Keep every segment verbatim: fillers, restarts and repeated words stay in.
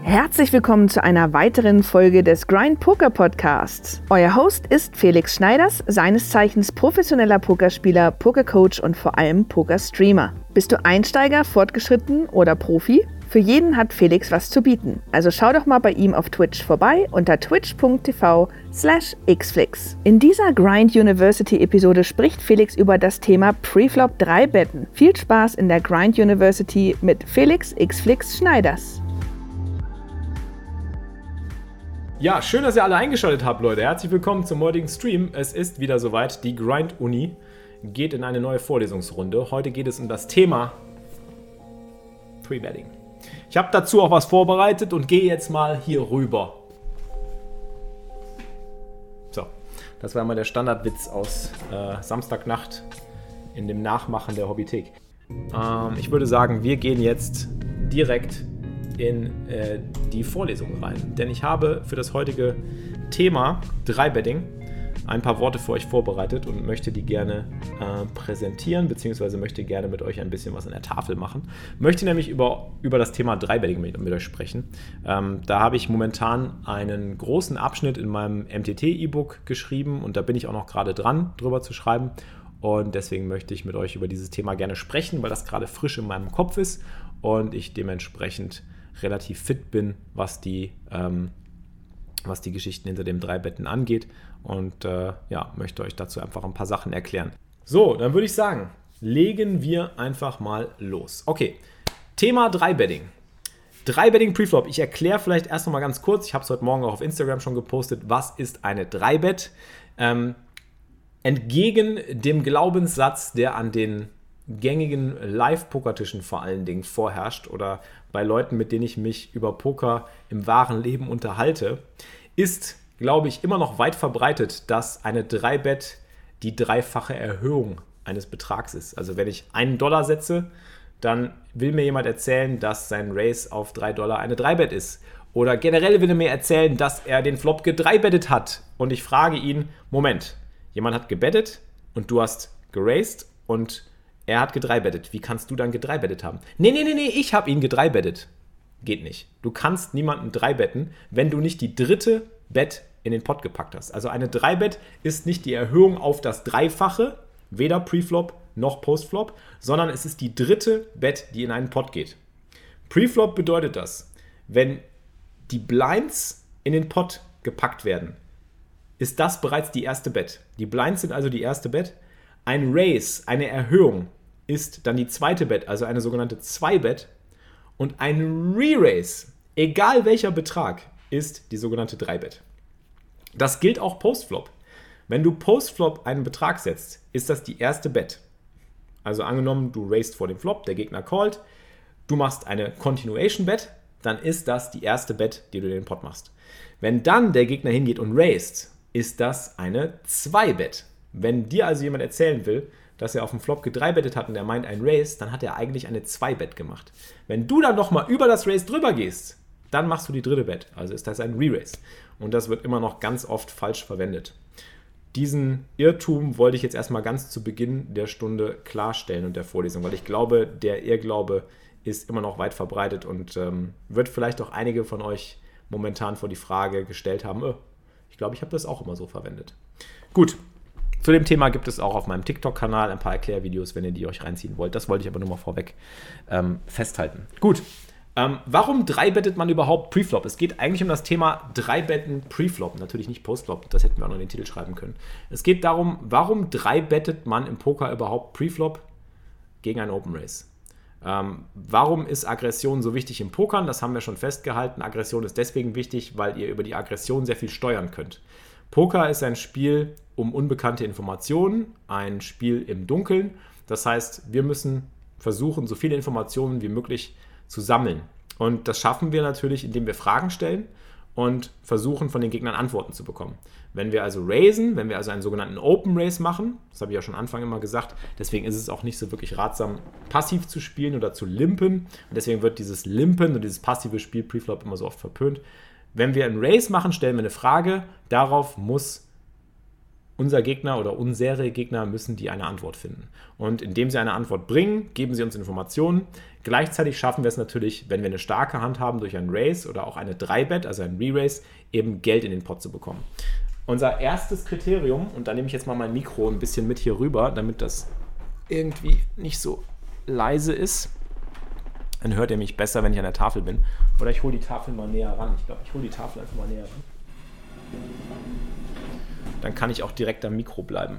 Herzlich willkommen zu einer weiteren Folge des Grind Poker Podcasts. Euer Host ist Felix Schneiders, seines Zeichens professioneller Pokerspieler, Pokercoach und vor allem Pokerstreamer. Bist du Einsteiger, fortgeschritten oder Profi? Für jeden hat Felix was zu bieten. Also schau doch mal bei ihm auf Twitch vorbei unter twitch.tv slash xflix. In dieser Grind University Episode spricht Felix über das Thema Preflop drei Betten. Viel Spaß in der Grind University mit Felix Xflix Schneiders. Ja, schön, dass ihr alle eingeschaltet habt, Leute. Herzlich willkommen zum heutigen Stream. Es ist wieder soweit. Die Grind-Uni geht in eine neue Vorlesungsrunde. Heute geht es um das Thema Three-Betting. Ich habe dazu auch was vorbereitet und gehe jetzt mal hier rüber. So, das war mal der Standardwitz aus äh, Samstagnacht in dem Nachmachen der Hobbythek. Ähm, ich würde sagen, wir gehen jetzt direkt in äh, die Vorlesung rein. Denn ich habe für das heutige Thema Drei-Betting ein paar Worte für euch vorbereitet und möchte die gerne äh, präsentieren, beziehungsweise möchte gerne mit euch ein bisschen was an der Tafel machen. Möchte nämlich über, über das Thema Drei-Betting mit, mit euch sprechen. Ähm, da habe ich momentan einen großen Abschnitt in meinem M T T-E-Book geschrieben und da bin ich auch noch gerade dran, drüber zu schreiben. Und deswegen möchte ich mit euch über dieses Thema gerne sprechen, weil das gerade frisch in meinem Kopf ist und ich dementsprechend relativ fit bin, was die, ähm, was die Geschichten hinter dem Drei-Betten angeht und äh, ja, möchte euch dazu einfach ein paar Sachen erklären. So, dann würde ich sagen, legen wir einfach mal los. Okay, Thema Drei-Betting. Drei-Betting Preflop. Ich erkläre vielleicht erst noch mal ganz kurz, ich habe es heute Morgen auch auf Instagram schon gepostet, was ist eine Drei-Bet? Ähm, entgegen dem Glaubenssatz, der an den gängigen Live-Pokertischen vor allen Dingen vorherrscht oder bei Leuten, mit denen ich mich über Poker im wahren Leben unterhalte, ist, glaube ich, immer noch weit verbreitet, dass eine Drei-Bet die dreifache Erhöhung eines Betrags ist. Also wenn ich einen Dollar setze, dann will mir jemand erzählen, dass sein Raise auf drei Dollar eine Drei-Bet ist. Oder generell will er mir erzählen, dass er den Flop gedreibettet hat. Und ich frage ihn, Moment, jemand hat gebettet und du hast geraced und er hat gedreibettet. Wie kannst du dann gedreibettet haben? Nee, nee, nee, nee, ich habe ihn gedreibettet. Geht nicht. Du kannst niemanden dreibetten, wenn du nicht die dritte Bet in den Pot gepackt hast. Also eine Drei-Bet ist nicht die Erhöhung auf das Dreifache, weder Preflop noch Postflop, sondern es ist die dritte Bet, die in einen Pot geht. Preflop bedeutet das, wenn die Blinds in den Pot gepackt werden, ist das bereits die erste Bet. Die Blinds sind also die erste Bet. Ein Raise, eine Erhöhung, ist dann die zweite Bet, also eine sogenannte Zwei-Bet. Und ein Re-Raise, egal welcher Betrag, ist die sogenannte Drei-Bet. Das gilt auch Postflop. Wenn du Postflop einen Betrag setzt, ist das die erste Bet. Also angenommen, du raised vor dem Flop, der Gegner callt, du machst eine Continuation-Bet, dann ist das die erste Bet, die du in den Pot machst. Wenn dann der Gegner hingeht und raised, ist das eine Zwei-Bet. Wenn dir also jemand erzählen will, dass er auf dem Flop gedreibettet hat und er meint ein Raise, dann hat er eigentlich eine Zwei-Bet gemacht. Wenn du dann nochmal über das Raise drüber gehst, dann machst du die dritte Bet. Also ist das ein Re-Raise. Und das wird immer noch ganz oft falsch verwendet. Diesen Irrtum wollte ich jetzt erstmal ganz zu Beginn der Stunde klarstellen und der Vorlesung, weil ich glaube, der Irrglaube ist immer noch weit verbreitet und ähm, wird vielleicht auch einige von euch momentan vor die Frage gestellt haben, oh, ich glaube, ich habe das auch immer so verwendet. Gut. Zu dem Thema gibt es auch auf meinem TikTok-Kanal ein paar Erklärvideos, wenn ihr die euch reinziehen wollt. Das wollte ich aber nur mal vorweg ähm, festhalten. Gut, ähm, warum dreibettet man überhaupt Preflop? Es geht eigentlich um das Thema Dreibetten Preflop, natürlich nicht Postflop, das hätten wir auch noch in den Titel schreiben können. Es geht darum, warum dreibettet man im Poker überhaupt Preflop gegen einen Open Race? Ähm, warum ist Aggression so wichtig im Pokern? Das haben wir schon festgehalten. Aggression ist deswegen wichtig, weil ihr über die Aggression sehr viel steuern könnt. Poker ist ein Spiel um unbekannte Informationen, ein Spiel im Dunkeln. Das heißt, wir müssen versuchen, so viele Informationen wie möglich zu sammeln. Und das schaffen wir natürlich, indem wir Fragen stellen und versuchen, von den Gegnern Antworten zu bekommen. Wenn wir also raisen, wenn wir also einen sogenannten Open Race machen, das habe ich ja schon am Anfang immer gesagt, deswegen ist es auch nicht so wirklich ratsam, passiv zu spielen oder zu limpen. Und deswegen wird dieses Limpen und dieses passive Spiel Preflop immer so oft verpönt. Wenn wir einen Raise machen, stellen wir eine Frage, darauf muss unser Gegner oder unsere Gegner müssen die eine Antwort finden. Und indem sie eine Antwort bringen, geben sie uns Informationen. Gleichzeitig schaffen wir es natürlich, wenn wir eine starke Hand haben, durch ein Raise oder auch eine drei-Bet, also ein Re-Raise, eben Geld in den Pot zu bekommen. Unser erstes Kriterium, und da nehme ich jetzt mal mein Mikro ein bisschen mit hier rüber, damit das irgendwie nicht so leise ist. Dann hört ihr mich besser, wenn ich an der Tafel bin. Oder ich hole die Tafel mal näher ran. Ich glaube, ich hole die Tafel einfach mal näher ran. Dann kann ich auch direkt am Mikro bleiben.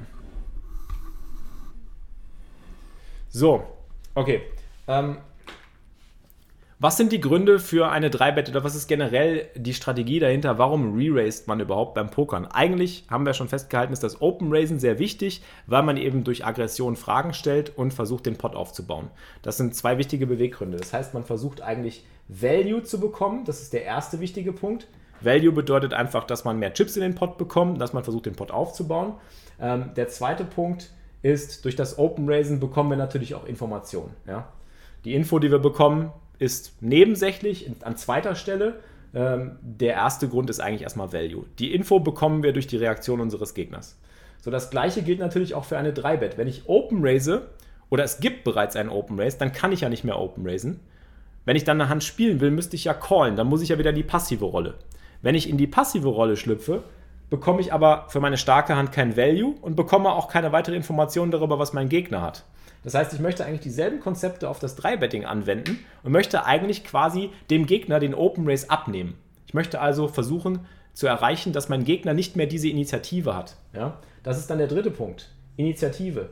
So, okay. Ähm, was sind die Gründe für eine drei-Bet oder was ist generell die Strategie dahinter? Warum re-raised man überhaupt beim Pokern? Eigentlich haben wir schon festgehalten, ist das Open-Raisen sehr wichtig, weil man eben durch Aggression Fragen stellt und versucht, den Pot aufzubauen. Das sind zwei wichtige Beweggründe. Das heißt, man versucht eigentlich Value zu bekommen. Das ist der erste wichtige Punkt. Value bedeutet einfach, dass man mehr Chips in den Pot bekommt, dass man versucht, den Pot aufzubauen. Ähm, der zweite Punkt ist, durch das Open-Raisen bekommen wir natürlich auch Informationen. Ja? Die Info, die wir bekommen, ist nebensächlich an zweiter Stelle. Ähm, der erste Grund ist eigentlich erstmal Value. Die Info bekommen wir durch die Reaktion unseres Gegners. So, das gleiche gilt natürlich auch für eine drei-Bet. Wenn ich Open raise oder es gibt bereits einen Open Raise, dann kann ich ja nicht mehr Open raisen. Wenn ich dann eine Hand spielen will, müsste ich ja callen. Dann muss ich ja wieder in die passive Rolle. Wenn ich in die passive Rolle schlüpfe, bekomme ich aber für meine starke Hand kein Value und bekomme auch keine weitere Information darüber, was mein Gegner hat. Das heißt, ich möchte eigentlich dieselben Konzepte auf das drei-Betting anwenden und möchte eigentlich quasi dem Gegner den Open Raise abnehmen. Ich möchte also versuchen zu erreichen, dass mein Gegner nicht mehr diese Initiative hat. Ja? Das ist dann der dritte Punkt. Initiative.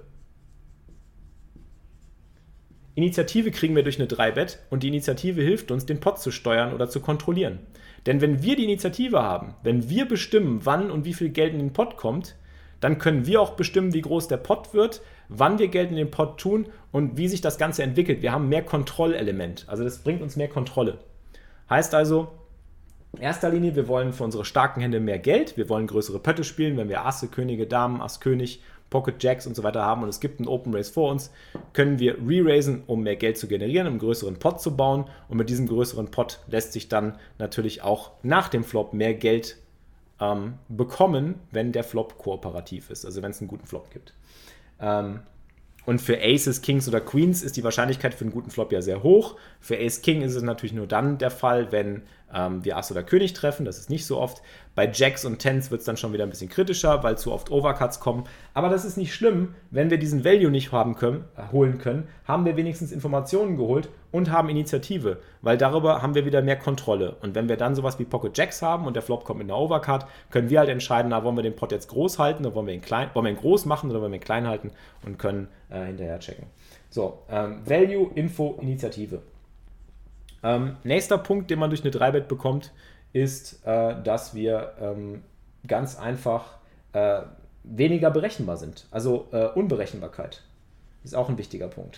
Initiative kriegen wir durch eine drei-Bet und die Initiative hilft uns, den Pot zu steuern oder zu kontrollieren. Denn wenn wir die Initiative haben, wenn wir bestimmen, wann und wie viel Geld in den Pot kommt, dann können wir auch bestimmen, wie groß der Pot wird, wann wir Geld in den Pot tun und wie sich das Ganze entwickelt. Wir haben mehr Kontrollelement, also das bringt uns mehr Kontrolle. Heißt also, in erster Linie, wir wollen für unsere starken Hände mehr Geld, wir wollen größere Pötte spielen, wenn wir Asse, Könige, Damen, Ass, König, Pocket Jacks und so weiter haben und es gibt einen Open Raise vor uns, können wir re-raisen, um mehr Geld zu generieren, um einen größeren Pot zu bauen und mit diesem größeren Pot lässt sich dann natürlich auch nach dem Flop mehr Geld ähm, bekommen, wenn der Flop kooperativ ist, also wenn es einen guten Flop gibt. Ähm, und für Aces, Kings oder Queens ist die Wahrscheinlichkeit für einen guten Flop ja sehr hoch. Für Ace King ist es natürlich nur dann der Fall, wenn ähm, wir Ass oder König treffen. Das ist nicht so oft. Bei Jacks und Tens wird es dann schon wieder ein bisschen kritischer, weil zu oft Overcuts kommen. Aber das ist nicht schlimm, wenn wir diesen Value nicht haben können, äh, holen können, haben wir wenigstens Informationen geholt und haben Initiative, weil darüber haben wir wieder mehr Kontrolle. Und wenn wir dann sowas wie Pocket Jacks haben und der Flop kommt mit einer Overcut, können wir halt entscheiden, na, wollen wir den Pot jetzt groß halten oder wollen wir ihn, klein, wollen wir ihn groß machen oder wollen wir ihn klein halten und können äh, hinterher checken. So, ähm, Value, Info, Initiative. Ähm, nächster Punkt, den man durch eine drei-Bet bekommt, ist, äh, dass wir ähm, ganz einfach äh, weniger berechenbar sind. Also äh, Unberechenbarkeit ist auch ein wichtiger Punkt.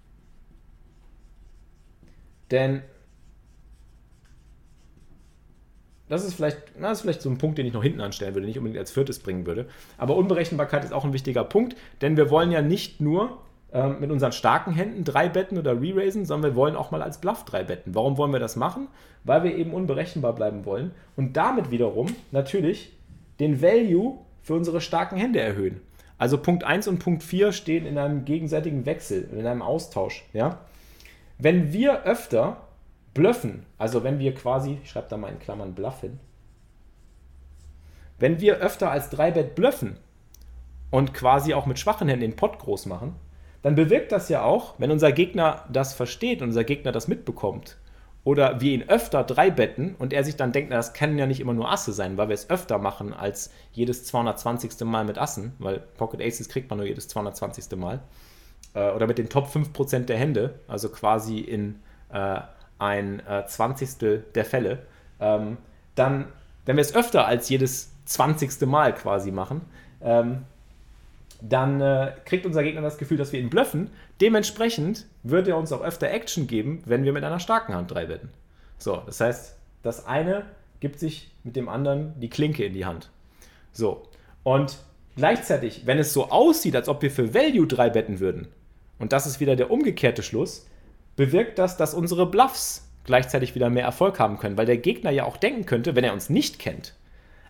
Denn das ist vielleicht, na, das ist vielleicht so ein Punkt, den ich noch hinten anstellen würde, nicht unbedingt als viertes bringen würde. Aber Unberechenbarkeit ist auch ein wichtiger Punkt, denn wir wollen ja nicht nur ähm, mit unseren starken Händen drei betten oder re-raisen, sondern wir wollen auch mal als Bluff drei betten. Warum wollen wir das machen? Weil wir eben unberechenbar bleiben wollen und damit wiederum natürlich den Value für unsere starken Hände erhöhen. Also Punkt eins und Punkt vier stehen in einem gegenseitigen Wechsel, in einem Austausch. Ja? Wenn wir öfter bluffen, also wenn wir quasi, ich schreibe da mal in Klammern Bluff hin, wenn wir öfter als drei Bet bluffen und quasi auch mit schwachen Händen den Pot groß machen, dann bewirkt das ja auch, wenn unser Gegner das versteht und unser Gegner das mitbekommt oder wir ihn öfter drei betten und er sich dann denkt, na, das können ja nicht immer nur Asse sein, weil wir es öfter machen als jedes zweihundertzwanzigste Mal mit Assen, weil Pocket Aces kriegt man nur jedes zweihundertzwanzigste Mal, äh, oder mit den Top fünf Prozent der Hände, also quasi in äh, ein äh, Zwanzigstel der Fälle, ähm, dann, wenn wir es öfter als jedes zwanzigste Mal quasi machen, ähm, dann äh, kriegt unser Gegner das Gefühl, dass wir ihn bluffen. Dementsprechend wird er uns auch öfter Action geben, wenn wir mit einer starken Hand drei betten. So, das heißt, das eine gibt sich mit dem anderen die Klinke in die Hand. So, und gleichzeitig, wenn es so aussieht, als ob wir für Value drei betten würden, und das ist wieder der umgekehrte Schluss, bewirkt das, dass unsere Bluffs gleichzeitig wieder mehr Erfolg haben können, weil der Gegner ja auch denken könnte, wenn er uns nicht kennt,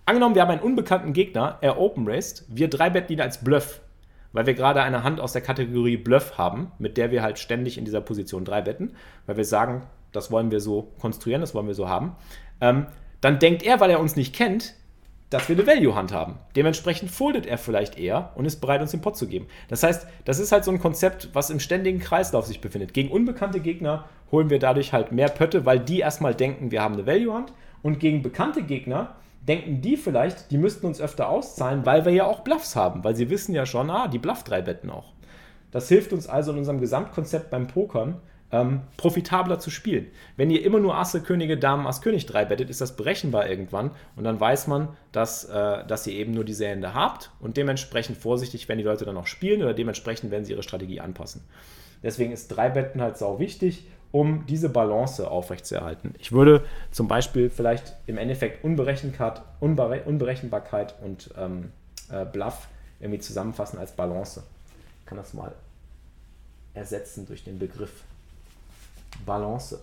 Angenommen, wir haben einen unbekannten Gegner, er open raced, wir drei betten ihn als Bluff, weil wir gerade eine Hand aus der Kategorie Bluff haben, mit der wir halt ständig in dieser Position drei betten, weil wir sagen, das wollen wir so konstruieren, das wollen wir so haben. Ähm, dann denkt er, weil er uns nicht kennt, dass wir eine Value-Hand haben. Dementsprechend foldet er vielleicht eher und ist bereit, uns den Pot zu geben. Das heißt, das ist halt so ein Konzept, was im ständigen Kreislauf sich befindet. Gegen unbekannte Gegner holen wir dadurch halt mehr Pötte, weil die erstmal denken, wir haben eine Value-Hand. Und gegen bekannte Gegner denken die vielleicht, die müssten uns öfter auszahlen, weil wir ja auch Bluffs haben. Weil sie wissen ja schon, ah, die Bluff drei betten auch. Das hilft uns also in unserem Gesamtkonzept beim Pokern, Ähm, profitabler zu spielen. Wenn ihr immer nur Asse, Könige, Damen, Ass, König drei bettet, ist das berechenbar irgendwann und dann weiß man, dass, äh, dass ihr eben nur diese Hände habt und dementsprechend vorsichtig, wenn die Leute dann auch spielen oder dementsprechend werden sie ihre Strategie anpassen. Deswegen ist drei betten halt sau wichtig, um diese Balance aufrechtzuerhalten. Ich würde zum Beispiel vielleicht im Endeffekt Unberechenbarkeit, Unberechenbarkeit und ähm, äh, Bluff irgendwie zusammenfassen als Balance. Ich kann das mal ersetzen durch den Begriff Balance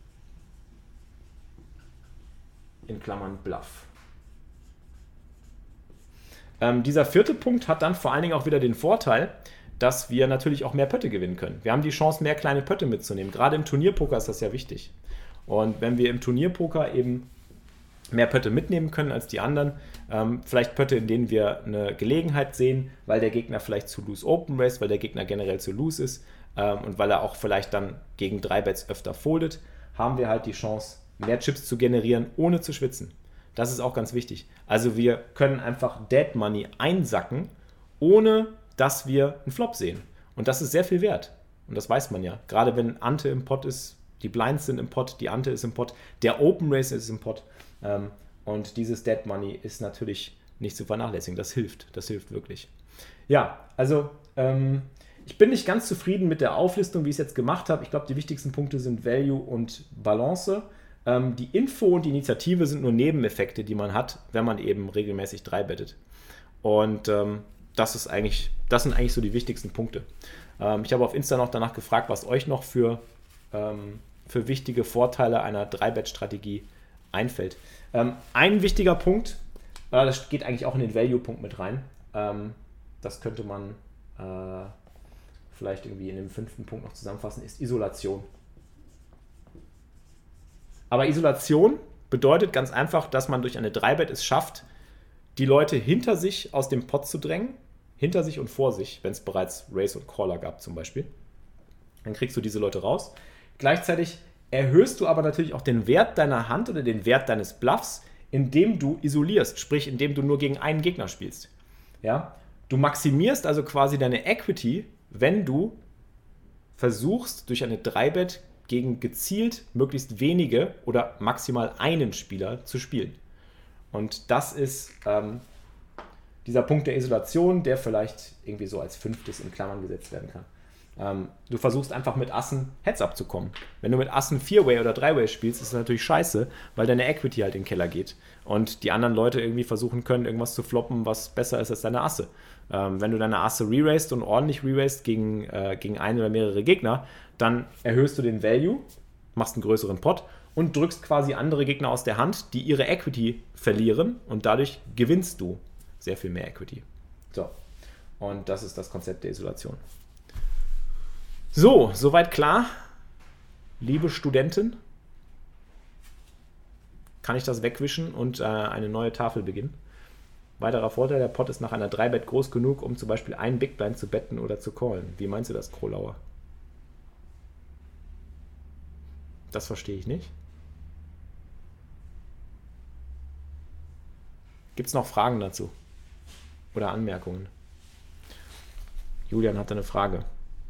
in Klammern Bluff. Ähm, dieser vierte Punkt hat dann vor allen Dingen auch wieder den Vorteil, dass wir natürlich auch mehr Pötte gewinnen können. Wir haben die Chance, mehr kleine Pötte mitzunehmen. Gerade im Turnierpoker ist das ja wichtig. Und wenn wir im Turnierpoker eben mehr Pötte mitnehmen können als die anderen, ähm, vielleicht Pötte, in denen wir eine Gelegenheit sehen, weil der Gegner vielleicht zu loose open race, weil der Gegner generell zu loose ist, und weil er auch vielleicht dann gegen drei Bets öfter foldet, haben wir halt die Chance, mehr Chips zu generieren, ohne zu schwitzen. Das ist auch ganz wichtig. Also wir können einfach Dead Money einsacken, ohne dass wir einen Flop sehen. Und das ist sehr viel wert. Und das weiß man ja. Gerade wenn Ante im Pot ist, die Blinds sind im Pot, die Ante ist im Pot, der Open Race ist im Pot. Und dieses Dead Money ist natürlich nicht zu vernachlässigen. Das hilft. Das hilft wirklich. Ja, also ähm, ich bin nicht ganz zufrieden mit der Auflistung, wie ich es jetzt gemacht habe. Ich glaube, die wichtigsten Punkte sind Value und Balance. Ähm, die Info und die Initiative sind nur Nebeneffekte, die man hat, wenn man eben regelmäßig drei bettet. Und ähm, das ist eigentlich, das sind eigentlich so die wichtigsten Punkte. Ähm, ich habe auf Insta noch danach gefragt, was euch noch für, ähm, für wichtige Vorteile einer drei bet-Strategie einfällt. Ähm, ein wichtiger Punkt, äh, das geht eigentlich auch in den Value-Punkt mit rein. Ähm, das könnte man äh, vielleicht irgendwie in dem fünften Punkt noch zusammenfassen, ist Isolation. Aber Isolation bedeutet ganz einfach, dass man durch eine drei bet es schafft, die Leute hinter sich aus dem Pot zu drängen, hinter sich und vor sich, wenn es bereits Raise und Caller gab zum Beispiel. Dann kriegst du diese Leute raus. Gleichzeitig erhöhst du aber natürlich auch den Wert deiner Hand oder den Wert deines Bluffs, indem du isolierst, sprich indem du nur gegen einen Gegner spielst. Ja? Du maximierst also quasi deine Equity, wenn du versuchst, durch eine drei bet gegen gezielt möglichst wenige oder maximal einen Spieler zu spielen. Und das ist ähm, dieser Punkt der Isolation, der vielleicht irgendwie so als fünftes in Klammern gesetzt werden kann. Ähm, du versuchst einfach mit Assen Heads-up zu kommen. Wenn du mit Assen vier-Way oder drei-Way spielst, ist das natürlich scheiße, weil deine Equity halt in den Keller geht und die anderen Leute irgendwie versuchen können, irgendwas zu floppen, was besser ist als deine Asse. Ähm, wenn du deine Asse re-raced und ordentlich re-raced gegen, äh, gegen einen oder mehrere Gegner, dann erhöhst du den Value, machst einen größeren Pot und drückst quasi andere Gegner aus der Hand, die ihre Equity verlieren und dadurch gewinnst du sehr viel mehr Equity. So, und das ist das Konzept der Isolation. So, soweit klar. Liebe Studenten, kann ich das wegwischen und äh, eine neue Tafel beginnen. Weiterer Vorteil, der Pot ist nach einer drei bet groß genug, um zum Beispiel einen Big Blind zu betten oder zu callen. Wie meinst du das, Krolauer? Das verstehe ich nicht. Gibt es noch Fragen dazu? Oder Anmerkungen? Julian hatte eine Frage.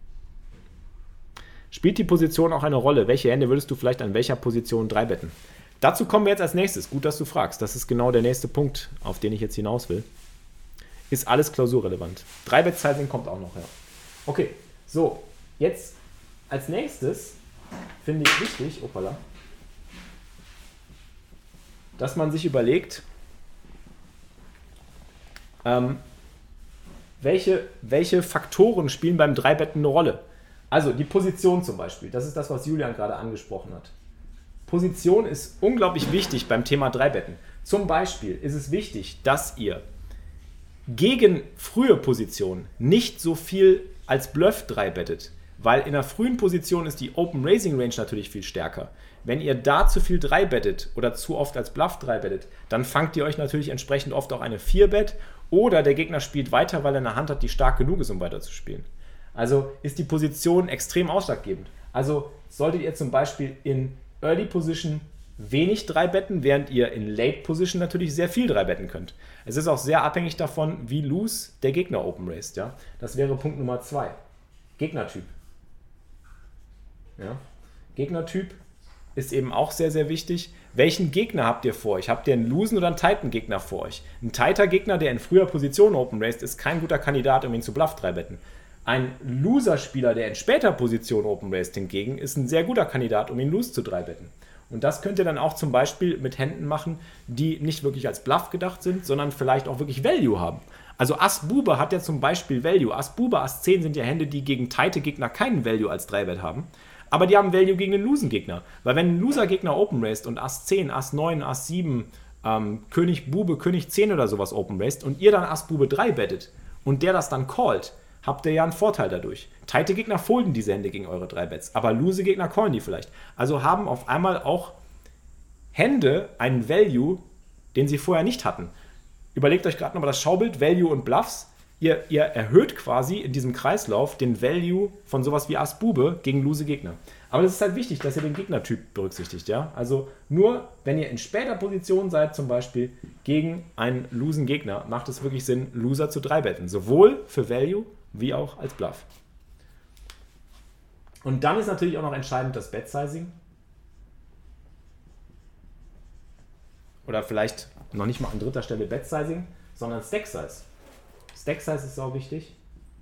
Spielt die Position auch eine Rolle? Welche Hände würdest du vielleicht an welcher Position drei betten? Dazu kommen wir jetzt als nächstes. Gut, dass du fragst. Das ist genau der nächste Punkt, auf den ich jetzt hinaus will. Ist alles klausurrelevant. drei bet Sizing kommt auch noch, ja. Okay, so, jetzt als nächstes finde ich wichtig, opala, dass man sich überlegt, ähm, welche, welche Faktoren spielen beim drei betten eine Rolle. Also die Position zum Beispiel, das ist das, was Julian gerade angesprochen hat. Position ist unglaublich wichtig beim Thema drei betten. Zum Beispiel ist es wichtig, dass ihr gegen frühe Positionen nicht so viel als Bluff drei bettet, weil in der frühen Position ist die Open Raising Range natürlich viel stärker. Wenn ihr da zu viel drei bettet oder zu oft als Bluff drei bettet, dann fangt ihr euch natürlich entsprechend oft auch eine vier Bet oder der Gegner spielt weiter, weil er eine Hand hat, die stark genug ist, um weiter zu spielen. Also ist die Position extrem ausschlaggebend. Also solltet ihr zum Beispiel in Early Position wenig drei betten, während ihr in Late Position natürlich sehr viel drei betten könnt. Es ist auch sehr abhängig davon, wie loose der Gegner open raced. Ja? Das wäre Punkt Nummer zwei. Gegnertyp. Ja? Gegnertyp ist eben auch sehr, sehr wichtig. Welchen Gegner habt ihr vor euch? Habt ihr einen loosen oder einen tighten Gegner vor euch? Ein tighter Gegner, der in früher Position open raced, ist kein guter Kandidat, um ihn zu Bluff drei betten. Ein Loser-Spieler, der in später Position open raced hingegen, ist ein sehr guter Kandidat, um ihn loose zu drei betten. Und das könnt ihr dann auch zum Beispiel mit Händen machen, die nicht wirklich als Bluff gedacht sind, sondern vielleicht auch wirklich Value haben. Also Ass-Bube hat ja zum Beispiel Value. Ass-Bube, Ass zehn sind ja Hände, die gegen tighte Gegner keinen Value als drei Bet haben. Aber die haben Value gegen den Losen-Gegner. Weil wenn ein Loser-Gegner open raced und Ass zehn, Ass neun, Ass sieben, ähm, König Bube, König zehn oder sowas open raced und ihr dann Ass-Bube drei bettet und der das dann callt, habt ihr ja einen Vorteil dadurch. Tighte Gegner folden diese Hände gegen eure drei Bets, aber loose Gegner callen die vielleicht. Also haben auf einmal auch Hände einen Value, den sie vorher nicht hatten. Überlegt euch gerade nochmal das Schaubild, Value und Bluffs. Ihr, ihr erhöht quasi in diesem Kreislauf den Value von sowas wie Ass-Bube gegen lose Gegner. Aber das ist halt wichtig, dass ihr den Gegnertyp berücksichtigt. Ja? Also nur, wenn ihr in später Position seid, zum Beispiel gegen einen losen Gegner, macht es wirklich Sinn, Loser zu drei betten. Sowohl für Value wie auch als Bluff. Und dann ist natürlich auch noch entscheidend das Bet-Sizing. Oder vielleicht noch nicht mal an dritter Stelle Bet-Sizing, sondern Stack-Size. Stack-Size ist auch wichtig.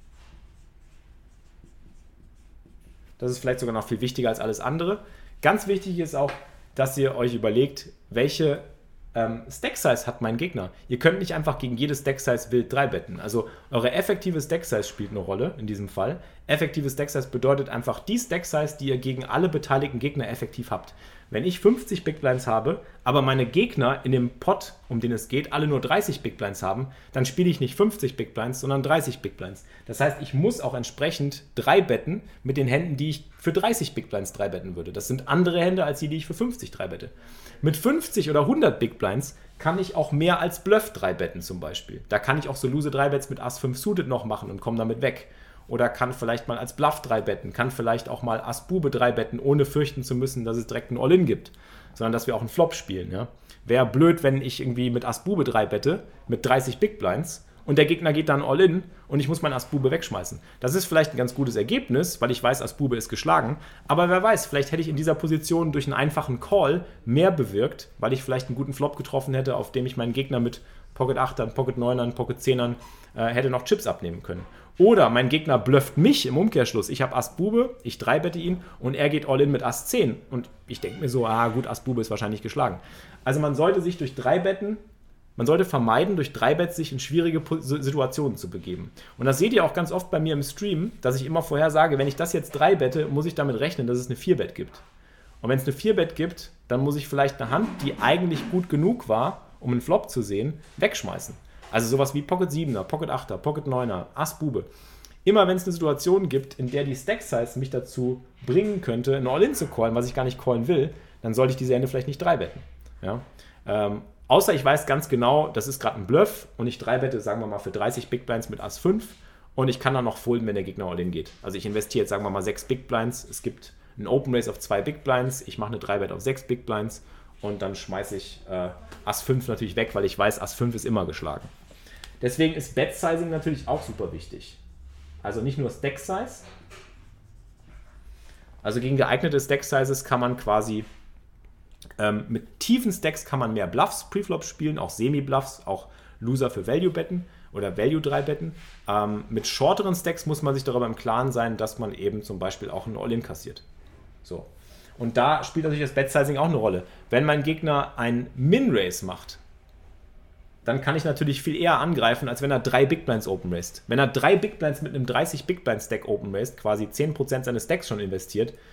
Das ist vielleicht sogar noch viel wichtiger als alles andere. Ganz wichtig ist auch, dass ihr euch überlegt, welche ähm, Stack-Size hat mein Gegner. Ihr könnt nicht einfach gegen jedes Stack-Size wild drei betten. Also eure effektive Stack-Size spielt eine Rolle in diesem Fall. Effektive Stack-Size bedeutet einfach die Stack-Size, die ihr gegen alle beteiligten Gegner effektiv habt. Wenn ich fünfzig Big Blinds habe, aber meine Gegner in dem Pot, um den es geht, alle nur dreißig Big Blinds haben, dann spiele ich nicht fünfzig Big Blinds, sondern dreißig Big Blinds. Das heißt, ich muss auch entsprechend drei betten mit den Händen, die ich für dreißig Big Blinds drei betten würde. Das sind andere Hände als die, die ich für fünfzig drei bette. Mit fünfzig oder hundert Big Blinds kann ich auch mehr als Bluff drei betten zum Beispiel. Da kann ich auch so lose drei Bets mit Ass fünf Suited noch machen und komme damit weg. Oder kann vielleicht mal als Bluff drei betten, kann vielleicht auch mal Ass-Bube drei betten, ohne fürchten zu müssen, dass es direkt ein All-In gibt, sondern dass wir auch einen Flop spielen. Ja? Wäre blöd, wenn ich irgendwie mit Ass-Bube drei bette, mit dreißig Big Blinds und der Gegner geht dann All-In und ich muss meinen Ass-Bube wegschmeißen. Das ist vielleicht ein ganz gutes Ergebnis, weil ich weiß, Ass-Bube ist geschlagen, aber wer weiß, vielleicht hätte ich in dieser Position durch einen einfachen Call mehr bewirkt, weil ich vielleicht einen guten Flop getroffen hätte, auf dem ich meinen Gegner mit Pocket achtern, Pocket neunern, Pocket zehnern äh, hätte noch Chips abnehmen können. Oder mein Gegner blufft mich im Umkehrschluss. Ich habe Ass-Bube, ich drei bette ihn und er geht All-In mit Ass zehn. Und ich denke mir so, ah gut, Ass-Bube ist wahrscheinlich geschlagen. Also man sollte sich durch drei betten, man sollte vermeiden, durch drei Bets sich in schwierige Situationen zu begeben. Und das seht ihr auch ganz oft bei mir im Stream, dass ich immer vorher sage, wenn ich das jetzt drei bette, muss ich damit rechnen, dass es eine vier Bet gibt. Und wenn es eine vier Bet gibt, dann muss ich vielleicht eine Hand, die eigentlich gut genug war, um einen Flop zu sehen, wegschmeißen. Also sowas wie Pocket siebener, Pocket achter, Pocket neuner, Ass-Bube. Immer wenn es eine Situation gibt, in der die Stack-Size mich dazu bringen könnte, ein All-In zu callen, was ich gar nicht callen will, dann sollte ich diese Hände vielleicht nicht drei betten. Ja? Ähm, außer ich weiß ganz genau, das ist gerade ein Bluff und ich drei bette, sagen wir mal, für dreißig Big Blinds mit Ass fünf und ich kann dann noch folden, wenn der Gegner All-In geht. Also ich investiere jetzt, sagen wir mal, sechs Big Blinds, es gibt einen Open Race auf zwei Big Blinds, ich mache eine drei Bet auf sechs Big Blinds und dann schmeiße ich äh, Ass fünf natürlich weg, weil ich weiß, Ass fünf ist immer geschlagen. Deswegen ist Bet-Sizing natürlich auch super wichtig. Also nicht nur Stack-Size. Also gegen geeignete Stack-Sizes kann man quasi ähm, mit tiefen Stacks kann man mehr Bluffs, Preflops spielen, auch Semi-Bluffs, auch Loser für Value-Betten oder Value drei betten. Ähm, mit shorteren Stacks muss man sich darüber im Klaren sein, dass man eben zum Beispiel auch ein All-In kassiert. So. Und da spielt natürlich das Bet-Sizing auch eine Rolle. Wenn mein Gegner ein Min-Race macht, dann kann ich natürlich viel eher angreifen, als wenn er drei Big Blinds open raced. Wenn er drei Big Blinds mit einem dreißig Big Blind Stack open raced, quasi zehn Prozent seines Stacks schon investiert,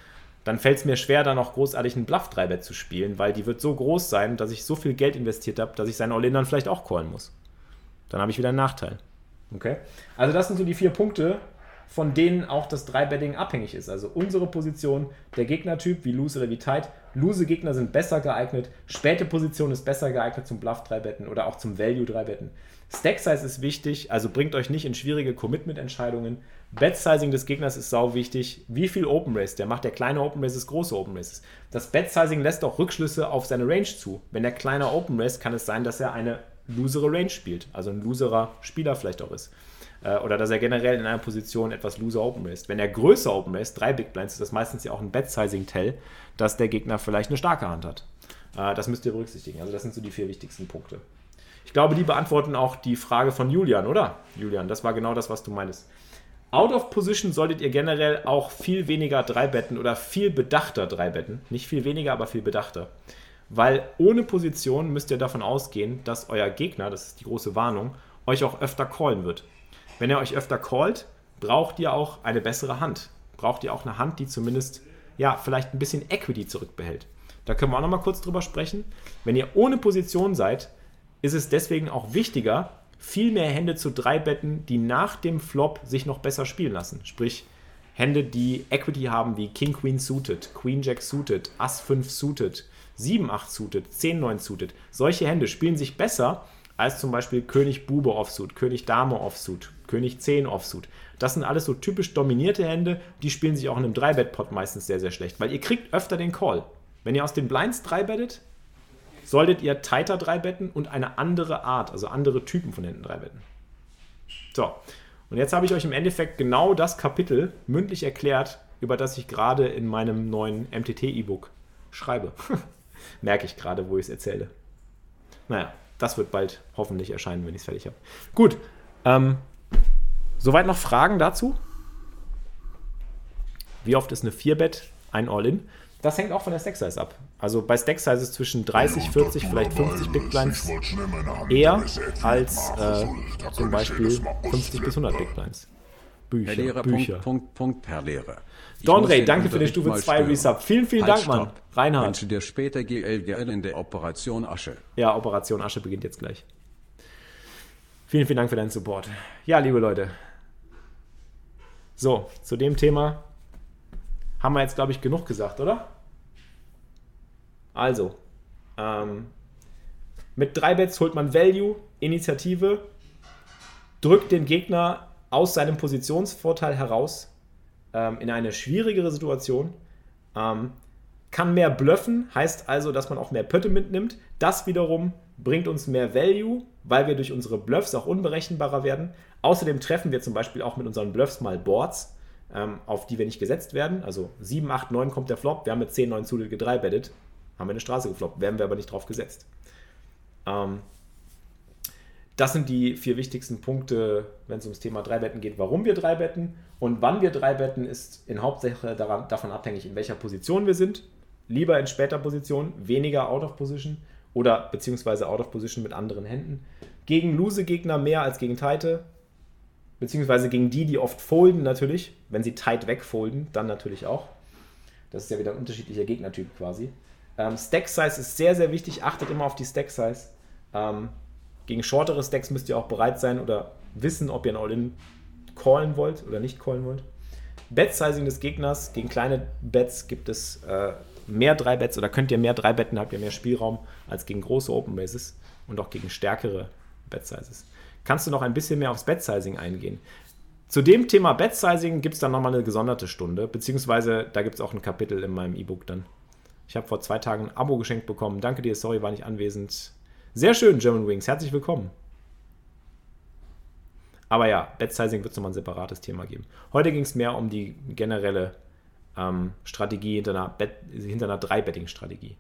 dann fällt es mir schwer, da noch großartig einen Bluff drei Bet zu spielen, weil die wird so groß sein, dass ich so viel Geld investiert habe, dass ich seinen All-In dann vielleicht auch callen muss. Dann habe ich wieder einen Nachteil. Okay? Also das sind so die vier Punkte, von denen auch das drei Betting abhängig ist. Also unsere Position, der Gegnertyp, wie Loose oder wie Tight. Loose Gegner sind besser geeignet, späte Position ist besser geeignet zum Bluff drei Betten oder auch zum Value drei Betten. Stack Size ist wichtig, also bringt euch nicht in schwierige Commitment-Entscheidungen. Bet Sizing des Gegners ist sau wichtig. Wie viel Open Race der macht, der kleine Open Races, große Open Races. Das Bet Sizing lässt auch Rückschlüsse auf seine Range zu. Wenn der kleiner Open Race, kann es sein, dass er eine losere Range spielt, also ein loserer Spieler vielleicht auch ist. Oder dass er generell in einer Position etwas loser Open Raced. Wenn er größer Open Raced, drei Big Blinds, ist das meistens ja auch ein Bet-Sizing-Tell, dass der Gegner vielleicht eine starke Hand hat. Das müsst ihr berücksichtigen. Also das sind so die vier wichtigsten Punkte. Ich glaube, die beantworten auch die Frage von Julian, oder? Julian, das war genau das, was du meintest. Out of Position solltet ihr generell auch viel weniger drei Betten oder viel bedachter drei Betten. Nicht viel weniger, aber viel bedachter. Weil ohne Position müsst ihr davon ausgehen, dass euer Gegner, das ist die große Warnung, euch auch öfter callen wird. Wenn er euch öfter callt, braucht ihr auch eine bessere Hand. Braucht ihr auch eine Hand, die zumindest, ja, vielleicht ein bisschen Equity zurückbehält. Da können wir auch nochmal kurz drüber sprechen. Wenn ihr ohne Position seid, ist es deswegen auch wichtiger, viel mehr Hände zu drei Betten, die nach dem Flop sich noch besser spielen lassen. Sprich, Hände, die Equity haben wie King Queen suited, Queen Jack suited, Ass fünf suited, sieben acht suited, zehn neun suited. Solche Hände spielen sich besser als zum Beispiel König Bube Offsuit, König Dame Offsuit, König zehn Offsuit. Das sind alles so typisch dominierte Hände, die spielen sich auch in einem drei Bet Pot meistens sehr, sehr schlecht, weil ihr kriegt öfter den Call. Wenn ihr aus den Blinds drei bettet, solltet ihr tighter drei betten und eine andere Art, also andere Typen von Händen drei betten. So, und jetzt habe ich euch im Endeffekt genau das Kapitel mündlich erklärt, über das ich gerade in meinem neuen M T T-E-Book schreibe. Merke ich gerade, wo ich es erzähle. Naja, das wird bald hoffentlich erscheinen, wenn ich es fertig habe. Gut, ähm, soweit noch Fragen dazu? Wie oft ist eine vier Bet ein All-In? Das hängt auch von der Stack-Size ab. Also bei Stack-Sizes zwischen dreißig, vierzig, vielleicht fünfzig Big Blinds eher als äh, zum Beispiel fünfzig bis hundert Big Blinds. Bücher, Herr Lehrer, Bücher. Punkt, Punkt, Punkt, Herr Lehrer. Don Ray, danke für den Stufe zwei Resub. Vielen, vielen Halt, Dank, Mann. stopp. Reinhard. Wünsche dir später G L G L in der Operation Asche. Ja, Operation Asche beginnt jetzt gleich. Vielen, vielen Dank für deinen Support. Ja, liebe Leute. So, zu dem Thema haben wir jetzt, glaube ich, genug gesagt, oder? Also, ähm, mit drei Bets holt man Value, Initiative, drückt den Gegner aus seinem Positionsvorteil heraus ähm, in eine schwierigere Situation, ähm, kann mehr bluffen, heißt also, dass man auch mehr Pötte mitnimmt. Das wiederum bringt uns mehr Value, weil wir durch unsere Bluffs auch unberechenbarer werden. Außerdem treffen wir zum Beispiel auch mit unseren Bluffs mal Boards, ähm, auf die wir nicht gesetzt werden. Also sieben, acht, neun kommt der Flop, wir haben mit zehn, neun Suited gedreibettet, haben wir eine Straße gefloppt, werden wir aber nicht drauf gesetzt. Ähm, das sind die vier wichtigsten Punkte, wenn es ums Thema Dreibetten geht, warum wir Dreibetten und wann wir Dreibetten, ist in Hauptsache daran, davon abhängig, in welcher Position wir sind. Lieber in später Position, weniger out of position oder beziehungsweise out of position mit anderen Händen. Gegen lose Gegner mehr als gegen tighte, beziehungsweise gegen die, die oft folden natürlich. Wenn sie tight wegfolden, dann natürlich auch. Das ist ja wieder ein unterschiedlicher Gegnertyp quasi. Ähm, Stack Size ist sehr, sehr wichtig. Achtet immer auf die Stack Size. Ähm, gegen shortere Stacks müsst ihr auch bereit sein oder wissen, ob ihr ein All-In callen wollt oder nicht callen wollt. Bet-Sizing des Gegners. Gegen kleine Bets gibt es äh, mehr drei Bets oder könnt ihr mehr drei Betten, habt ihr mehr Spielraum als gegen große Open Races und auch gegen stärkere Bet-Sizes. Kannst du noch ein bisschen mehr aufs Bet-Sizing eingehen? Zu dem Thema Bet-Sizing gibt es dann nochmal eine gesonderte Stunde, beziehungsweise da gibt es auch ein Kapitel in meinem E-Book dann. Ich habe vor zwei Tagen ein Abo geschenkt bekommen. Danke dir, sorry, war nicht anwesend. Sehr schön, German Wings, herzlich willkommen. Aber ja, Bet-Sizing wird es nochmal ein separates Thema geben. Heute ging es mehr um die generelle ähm, Strategie hinter einer, Bet- hinter einer drei-Betting-Strategie.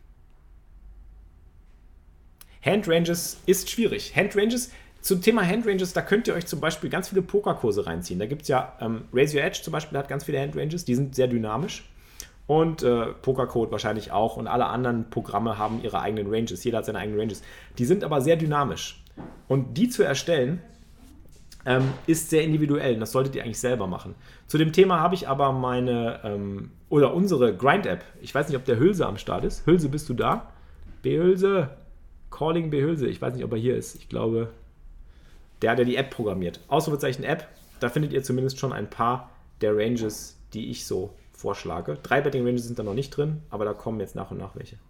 Handranges ist schwierig. Handranges, zum Thema Handranges, da könnt ihr euch zum Beispiel ganz viele Pokerkurse reinziehen. Da gibt es ja, ähm, Raise Your Edge zum Beispiel hat ganz viele Handranges, die sind sehr dynamisch. Und äh, Pokercode wahrscheinlich auch. Und alle anderen Programme haben ihre eigenen Ranges. Jeder hat seine eigenen Ranges. Die sind aber sehr dynamisch. Und die zu erstellen, ähm, ist sehr individuell und das solltet ihr eigentlich selber machen. Zu dem Thema habe ich aber meine, ähm, oder unsere Grind-App. Ich weiß nicht, ob der Hülse am Start ist. Hülse, bist du da? Behülse. Calling Behülse. Ich weiß nicht, ob er hier ist. Ich glaube, der, der die App programmiert. Ausrufezeichen App. Da findet ihr zumindest schon ein paar der Ranges, die ich so vorschlage. Drei Betting Ranges sind da noch nicht drin, aber da kommen jetzt nach und nach welche.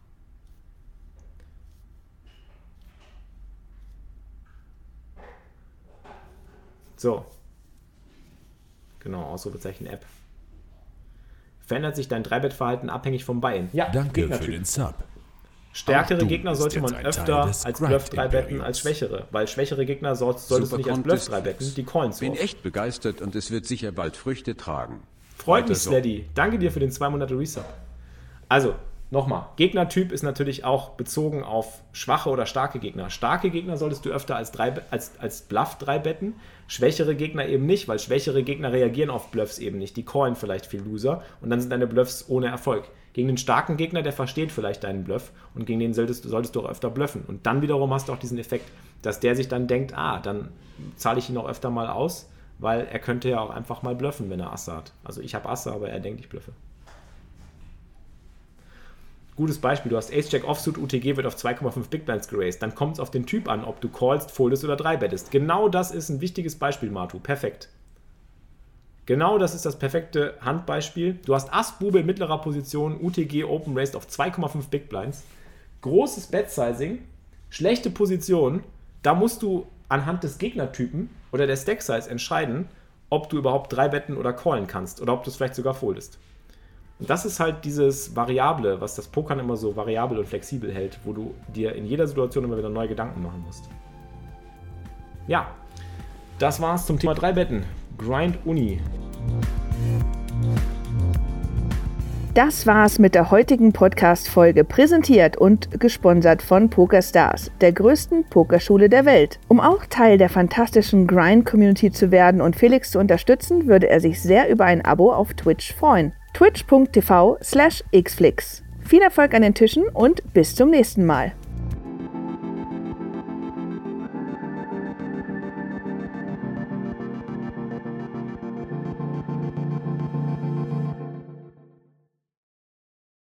So. Genau, Ausrufezeichen App. Verändert sich dein drei-Bet-Verhalten abhängig vom Buy-in? Ja, danke für den Sub. Stärkere Gegner sollte man öfter als Bluff drei betten als schwächere, weil schwächere Gegner so, solltest du nicht als Bluff drei betten, die callen so. Bin echt begeistert und es wird sicher bald Früchte tragen. Freut mich, Sleddy. Danke dir für den zwei Monate Resub. Also, nochmal, Gegnertyp ist natürlich auch bezogen auf schwache oder starke Gegner. Starke Gegner solltest du öfter als, drei, als, als Bluff drei betten, schwächere Gegner eben nicht, weil schwächere Gegner reagieren auf Bluffs eben nicht. Die callen vielleicht viel Loser und dann sind deine Bluffs ohne Erfolg. Gegen den starken Gegner, der versteht vielleicht deinen Bluff und gegen den solltest, solltest du auch öfter bluffen. Und dann wiederum hast du auch diesen Effekt, dass der sich dann denkt, ah, dann zahle ich ihn auch öfter mal aus, weil er könnte ja auch einfach mal bluffen, wenn er Asse hat. Also ich habe Asse, aber er denkt, ich bluffe. Gutes Beispiel, du hast Ace-Jack Offsuit, U T G wird auf zwei Komma fünf Big Blinds geraced. Dann kommt es auf den Typ an, ob du callst, foldest oder drei bettest. Genau das ist ein wichtiges Beispiel, Matu. Perfekt. Genau das ist das perfekte Handbeispiel. Du hast Ass, Bube in mittlerer Position, U T G Open Raised auf zwei Komma fünf Big Blinds. Großes Bet-Sizing, schlechte Position. Da musst du anhand des Gegnertypen oder der Stack-Size entscheiden, ob du überhaupt drei betten oder callen kannst oder ob du es vielleicht sogar foldest. Und das ist halt dieses Variable, was das Pokern immer so variabel und flexibel hält, wo du dir in jeder Situation immer wieder neue Gedanken machen musst. Ja, das war's zum Thema drei betten. Grind Uni. Das war's mit der heutigen Podcast-Folge, präsentiert und gesponsert von PokerStars, der größten Pokerschule der Welt. Um auch Teil der fantastischen Grind-Community zu werden und Felix zu unterstützen, würde er sich sehr über ein Abo auf Twitch freuen. twitch punkt tv slash xflix. Viel Erfolg an den Tischen und bis zum nächsten Mal.